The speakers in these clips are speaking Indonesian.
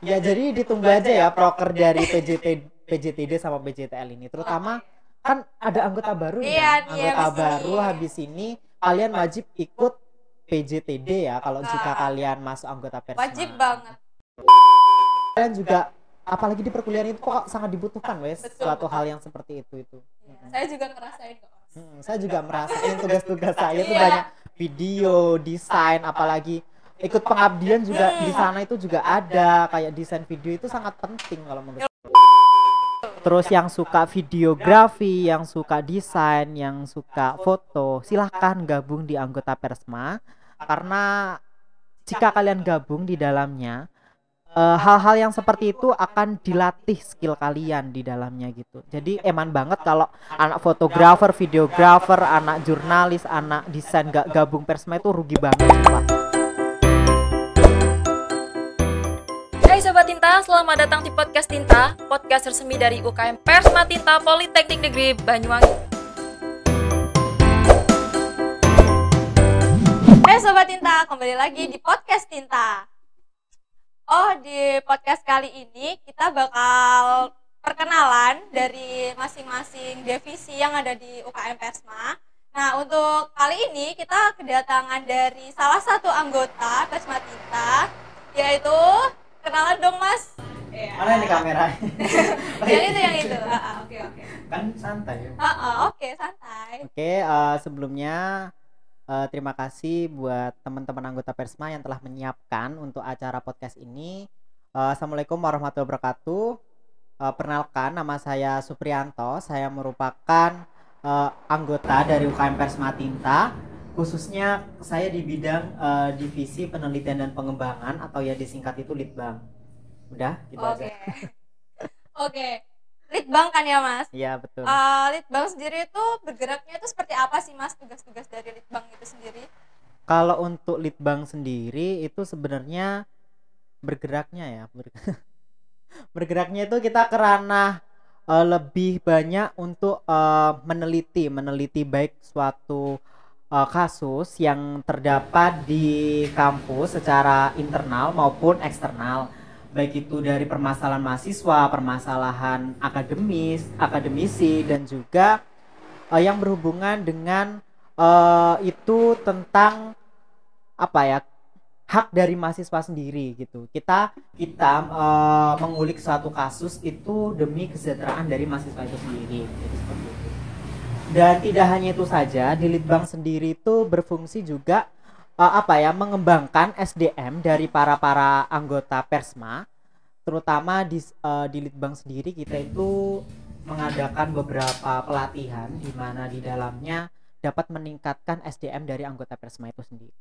Ya jadi ditunggu aja ya proker dari PJTD sama PJTL ini. Terutama kan ada anggota baru nih Iya kan. nih, Anggota habis baru ini. habis ini kalian wajib ikut PJTD ya kalau jika Ah, kalian masuk anggota wajib Persma. banget. Kalian juga apalagi di perkuliahan itu kok sangat dibutuhkan wes Betul, suatu betul. hal yang seperti itu. Iya, saya juga ngerasain kok, Mas. Saya juga merasain tugas-tugas saya tuh Iya. banyak video, desain, apalagi ikut pengabdian juga di sana itu juga ada kayak desain video itu sangat penting kalau menurut. Terus yang suka videografi, yang suka desain, yang suka foto, silahkan gabung di anggota Persma karena jika kalian gabung di dalamnya hal-hal yang seperti itu akan dilatih skill kalian di dalamnya gitu. Jadi eman banget kalau anak fotografer, videografer, anak jurnalis, anak desain gak gabung Persma itu rugi banget sumpah. Hai Sobat Tinta, selamat datang di Podcast Tinta, podcast resmi dari UKM Persma Tinta Politeknik Negeri Banyuwangi. Hai Sobat Tinta, kembali lagi di Podcast Tinta. Oh, di podcast kali ini kita bakal perkenalan dari masing-masing divisi yang ada di UKM Persma. Nah, untuk kali ini kita kedatangan dari salah satu anggota Persma Tinta, yaitu kenalan dong Mas. Mana ini kamera? yang itu. Oke. Kan santai ya. Oke, santai. Oke, sebelumnya terima kasih buat teman-teman anggota Persma yang telah menyiapkan untuk acara podcast ini. Assalamualaikum warahmatullahi wabarakatuh. Perkenalkan, nama saya Supriyanto. Saya merupakan anggota dari UKM Persma Tinta. Khususnya saya di bidang divisi penelitian dan pengembangan atau ya disingkat itu Litbang. Udah, gitu aja. Oke. Litbang kan ya Mas? Iya betul. Litbang sendiri itu bergeraknya itu seperti apa sih Mas, tugas-tugas dari Litbang itu sendiri? Kalau untuk Litbang sendiri itu sebenarnya bergeraknya bergeraknya itu kita ke ranah lebih banyak untuk meneliti baik suatu kasus yang terdapat di kampus secara internal maupun eksternal, baik itu dari permasalahan mahasiswa, permasalahan akademisi dan juga yang berhubungan dengan itu tentang apa ya, hak dari mahasiswa sendiri gitu. Kita mengulik suatu kasus itu demi kesejahteraan dari mahasiswa itu sendiri. Jadi seperti itu. Dan tidak hanya itu saja, di Litbang sendiri itu berfungsi juga mengembangkan SDM dari para anggota Persma. Terutama di Litbang sendiri kita itu mengadakan beberapa pelatihan di mana di dalamnya dapat meningkatkan SDM dari anggota Persma itu sendiri.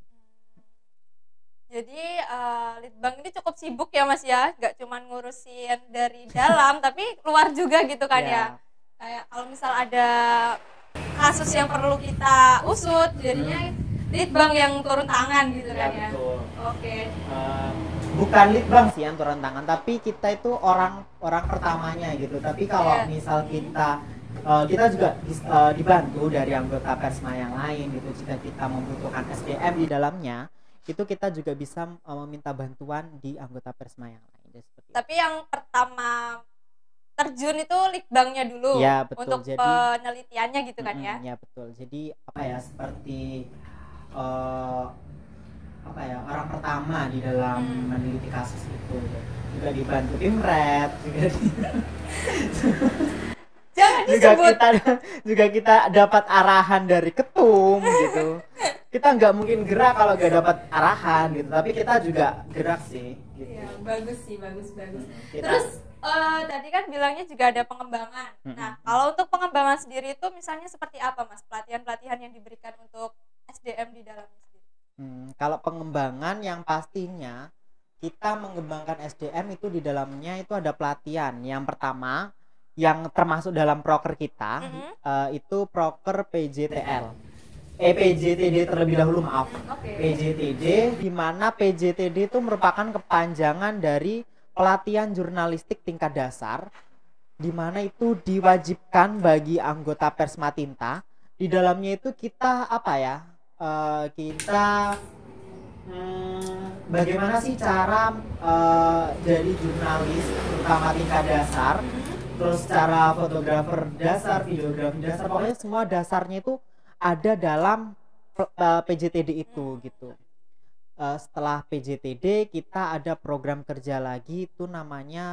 Jadi Litbang ini cukup sibuk ya Mas ya, nggak cuma ngurusin dari dalam tapi luar juga gitu kan ya. Kayak kalau misal ada kasus yang perlu kita usut, jadinya Litbang yang turun tangan gitu kan ya. Betul. Oke. Bukan Litbang sih yang turun tangan, tapi kita itu orang pertamanya gitu. Tapi kalau misal kita juga dibantu dari anggota Persma yang lain gitu. Jika kita membutuhkan SDM di dalamnya, itu kita juga bisa meminta bantuan di anggota Persma yang lain. Tapi yang pertama terjun itu Litbangnya dulu ya, betul. Untuk jadi, penelitiannya gitu kan ya. Ya betul. Jadi seperti orang pertama di dalam meneliti kasus itu, juga dibantu Imret juga kita dapat arahan dari ketum gitu. Kita nggak mungkin gerak kalau nggak dapat arahan gitu, tapi kita juga gerak sih gitu. Iya, bagus. Terus tadi kan bilangnya juga ada pengembangan. Nah, kalau untuk pengembangan sendiri itu misalnya seperti apa Mas, pelatihan yang diberikan untuk SDM di dalamnya sendiri? Kalau pengembangan yang pastinya kita mengembangkan SDM itu di dalamnya itu ada pelatihan. Yang pertama yang termasuk dalam proker kita itu proker PJTL. PJTD terlebih dahulu, maaf. PJTD, di mana PJTD itu merupakan kepanjangan dari pelatihan jurnalistik tingkat dasar, di mana itu diwajibkan bagi anggota Persma Tinta. Di dalamnya itu kita kita Bagaimana sih cara jadi jurnalis terutama tingkat dasar, terus cara fotografer dasar, videografi dasar, pokoknya semua dasarnya itu ada dalam PJTD itu gitu. Setelah PJTD kita ada program kerja lagi itu namanya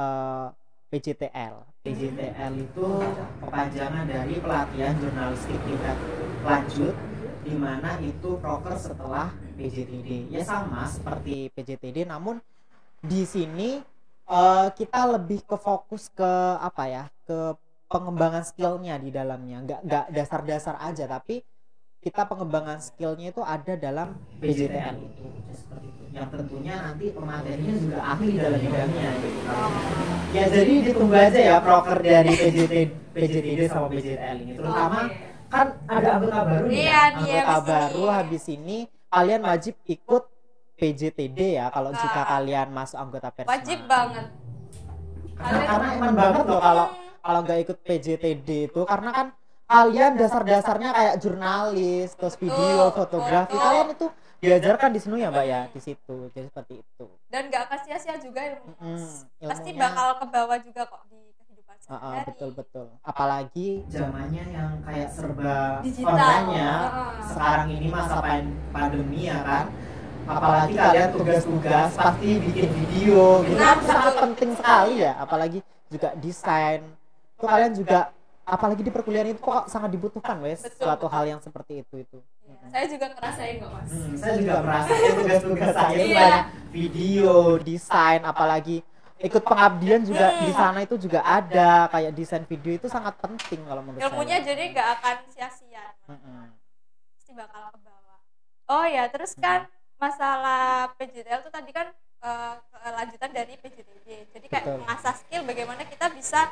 PJTL. PJTL itu kepanjangan dari pelatihan jurnalistik tingkat lanjut, di mana itu proker setelah PJTD. Ya sama seperti PJTD, namun di sini kita lebih ke fokus ke apa ya, ke pengembangan skillnya di dalamnya. Nggak dasar-dasar aja, tapi kita pengembangan skillnya itu ada dalam PJTL itu. Seperti itu. Yang tentunya nanti pematerinya juga ahli dalam bidangnya gitu. Ya jadi ditunggu aja ya proker dari PJTD sama PJTL ini. Terutama kan ada anggota baru nih. Iya, Anggota baru habis ini kalian wajib ikut PJTD ya kalau jika kalian masuk anggota Persma. Wajib banget. Karena emang banget loh kalau nggak ikut PJTD itu, karena kan kalian dasar-dasarnya kayak jurnalis, terus video, fotografi, kalian itu diajarkan di sini ya Mbak ya, di situ. Jadi seperti itu. Dan nggak akan sia-sia juga ilmu. Pasti Ilmunya- bakal ke bawah juga kok di kehidupan sehari-hari. betul. Apalagi zamannya yang kayak serba Digital. online-nya. Sekarang ini masa pandemi ya kan. Apalagi kalian tugas-tugas pasti bikin video gitu kan, sangat penting sekali ya. Apalagi juga desain. Itu kalian juga apalagi di perkuliahan itu kok sangat dibutuhkan wes suatu hal yang seperti itu. Saya juga ngerasain kok Mas. Saya juga merasakan tugas-tugas saya itu Iya. banyak video, desain, apalagi ikut pengabdian juga di sana itu juga ada kayak desain video, itu sangat penting kalau menurut Ilmunya saya. jadi nggak akan sia-sia. Mm-mm. Pasti bakal ke bawah. Oh ya, terus kan masalah PJTL itu tadi kan kelanjutan dari PJTD. Jadi kayak Betul. mengasah skill bagaimana kita bisa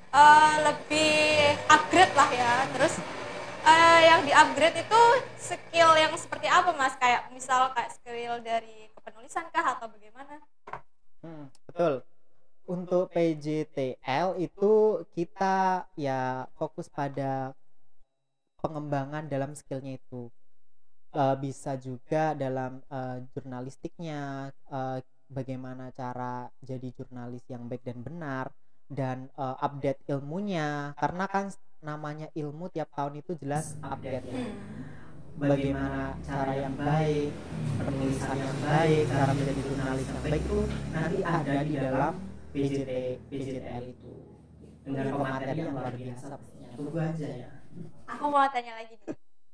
lebih upgrade lah ya. Terus yang di upgrade itu skill yang seperti apa Mas? Kayak misal kayak skill dari kepenulisan kah atau bagaimana? Betul. Untuk PJTL itu kita ya fokus pada pengembangan dalam skillnya itu. Bisa juga dalam jurnalistiknya, bagaimana cara jadi jurnalis yang baik dan benar, dan update ilmunya, karena kan namanya ilmu tiap tahun itu jelas update ya. Bagaimana cara yang baik, penulisan yang baik, cara menjadi jurnalis yang baik itu nanti ada di dalam PJTL itu, dengan pemateri yang luar biasa pastinya. Tunggu aja ya. Aku mau tanya lagi nih.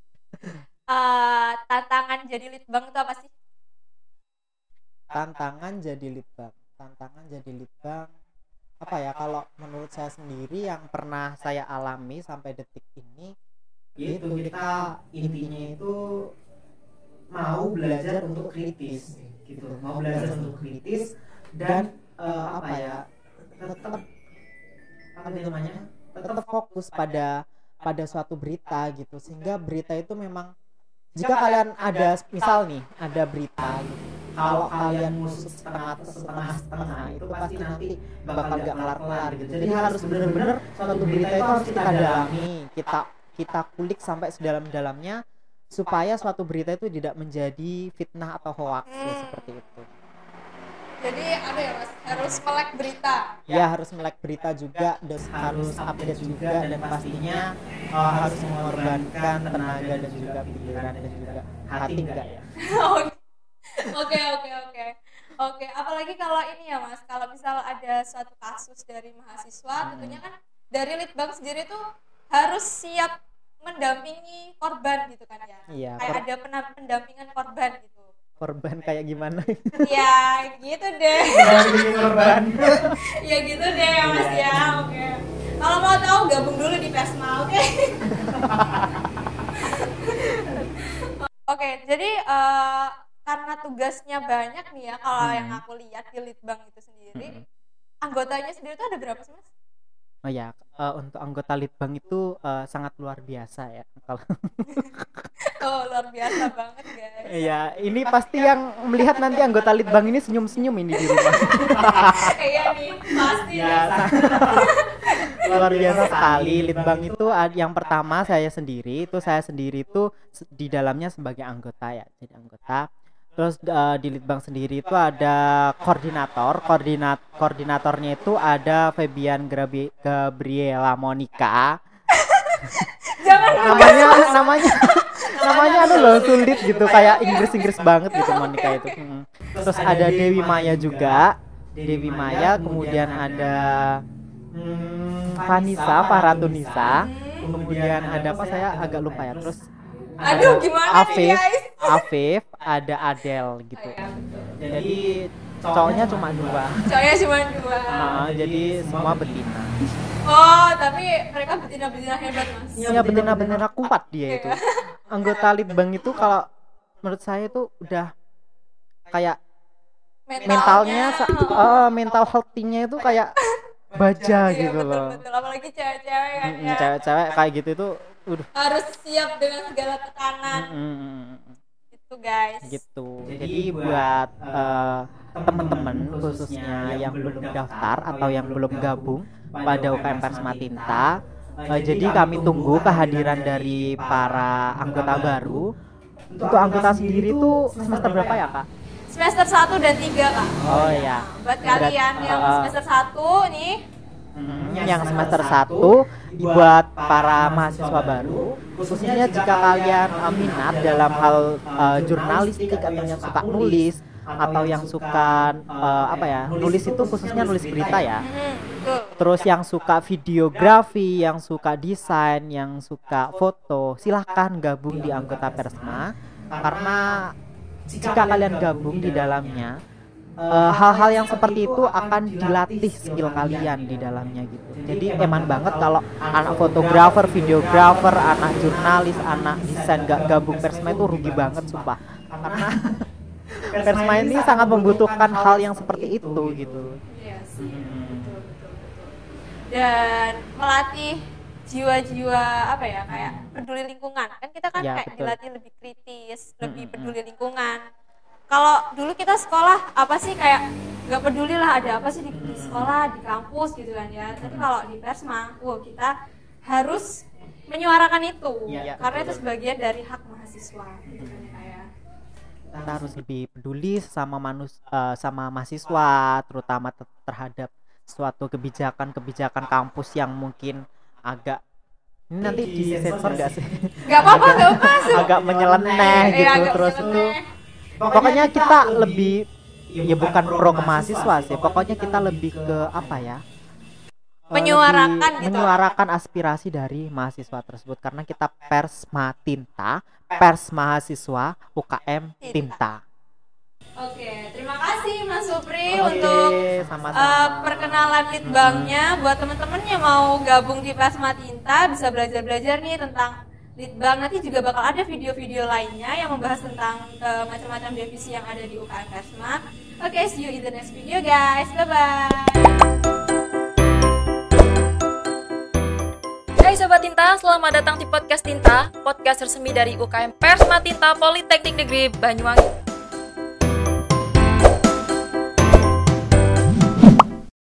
Tantangan jadi litbang itu apa sih? Tantangan jadi litbang apa ya, kalau menurut saya sendiri yang pernah saya alami sampai detik ini, itu kita intinya itu mau belajar untuk kritis gitu, mau belajar untuk kritis dan apa ya, tetap apa namanya, tetap fokus pada suatu berita gitu, sehingga berita itu memang, jika kalian ada misal nih ada berita gitu, kalau kalian musik setengah itu pasti nanti bakal gak kelar-kelar gitu. Jadi harus benar-benar suatu berita itu harus kita dalami, kita kulik sampai sedalam-dalamnya supaya suatu berita itu tidak menjadi fitnah atau hoax ya, seperti itu. Jadi ada ya Mas, harus melek berita. Ya harus melek berita juga, harus update juga, dan pastinya harus mengorbankan tenaga dan juga pikiran dan juga hati enggak ya. Oke, apalagi kalau ini ya Mas, kalau misal ada suatu kasus dari mahasiswa, tentunya kan dari litbang sendiri tuh harus siap mendampingi korban gitu kan ya. Iya, Kayak ada pendampingan korban gitu. korban kayak gimana? Ya gitu deh. Korban. Ya gitu deh ya Mas ya. Oke. Kalau mau tahu gabung dulu di Persma, oke? Oke, jadi karena tugasnya banyak nih ya, kalau yang aku lihat di litbang itu sendiri, anggotanya sendiri tuh ada berapa sih Mas? Oh ya, untuk anggota litbang itu sangat luar biasa ya. Kalau Oh luar biasa banget guys. iya, ini pasti yang melihat nanti anggota litbang ini senyum-senyum ini di rumah. Iya nih, pasti Ya, luar biasa sekali. Litbang itu yang pertama saya sendiri itu di dalamnya sebagai anggota ya, jadi anggota. Terus di Litbang sendiri itu ada koordinatornya itu ada Febian Gabriela Monica. Jangan namanya aduh loh sulit gitu, kayak Inggris banget gitu Monica itu. Terus ada Dewi Maya juga. Dewi Maya, kemudian ada Vanessa Faratunisa, kemudian ada apa saya agak lupa ya. Terus aduh gimana nih guys. Afif, ada Adele gitu. Jadi cowoknya cuma 2. Cowoknya cuma 2. Jadi semua betina. Oh, tapi mereka betina-betina hebat, Mas. Iya, betina-betina kuat dia itu. Anggota Litbang itu kalau menurut saya itu udah kayak mentalnya mental healthy-nya itu kayak baja gitu loh. Betul. Apalagi cewek-cewek kan ya. Cewek-cewek kayak gitu itu harus siap dengan segala tekanan. Gitu, guys. Gitu. Jadi buat teman-teman khususnya yang belum daftar atau yang belum gabung pada UKM Persma Tinta, jadi kami tunggu kehadiran dari para anggota baru. Untuk anggota sendiri itu semester berapa ya, Kak? Semester 1 dan 3, Kak. Oh iya. Buat kalian yang semester 1 nih, yang semester 1 buat para mahasiswa baru, khususnya jika kalian minat dalam hal jurnalistik atau yang suka nulis atau yang suka nulis itu khususnya nulis berita ya. Terus yang suka videografi, yang suka desain, yang suka foto, silahkan gabung di anggota Persma, karena jika kalian gabung di dalamnya, hal-hal yang seperti itu akan dilatih skill kalian di dalamnya gitu. Jadi eman banget kalau anak fotografer, videografer, anak jurnalis, anak desain gak gabung Persma itu rugi banget sumpah. Karena Persma ini sangat membutuhkan hal yang seperti itu gitu. Iya sih. Betul. Dan melatih jiwa-jiwa kayak peduli lingkungan. Kan kita kan Ya, kayak betul. dilatih lebih kritis, lebih peduli lingkungan. Kalau dulu kita sekolah apa sih kayak nggak peduli lah ada apa sih di sekolah, di kampus gitu kan ya. Tapi kalau di Persma, kita harus menyuarakan itu Ya, karena itu sebagian dari hak mahasiswa gitu kan ya. Kita harus lebih peduli sama sama mahasiswa, terutama terhadap suatu kebijakan kampus yang mungkin agak ini nanti disensor gak sih? Gak apa-apa, agak menyeleneh gitu. agak Terus menyeleneh. itu pokoknya kita lebih ya bukan pro ke mahasiswa sih, pokoknya kita lebih ke apa ya, Menyuarakan lebih gitu. menyuarakan aspirasi dari mahasiswa tersebut, karena kita Persma Tinta, pers mahasiswa UKM Tinta. Oke, terima kasih Mas Supri Oke, untuk sama-sama. perkenalan Litbangnya. Buat teman-teman yang mau gabung di Persma Tinta bisa belajar nih tentang Litbang. Nanti juga bakal ada video-video lainnya yang membahas tentang macam-macam divisi yang ada di UKM Persma. Oke, see you in the next video guys. Bye-bye. Hai Sobat Tinta, selamat datang di Podcast Tinta, podcast resmi dari UKM Persma Tinta Politeknik Negeri Banyuwangi.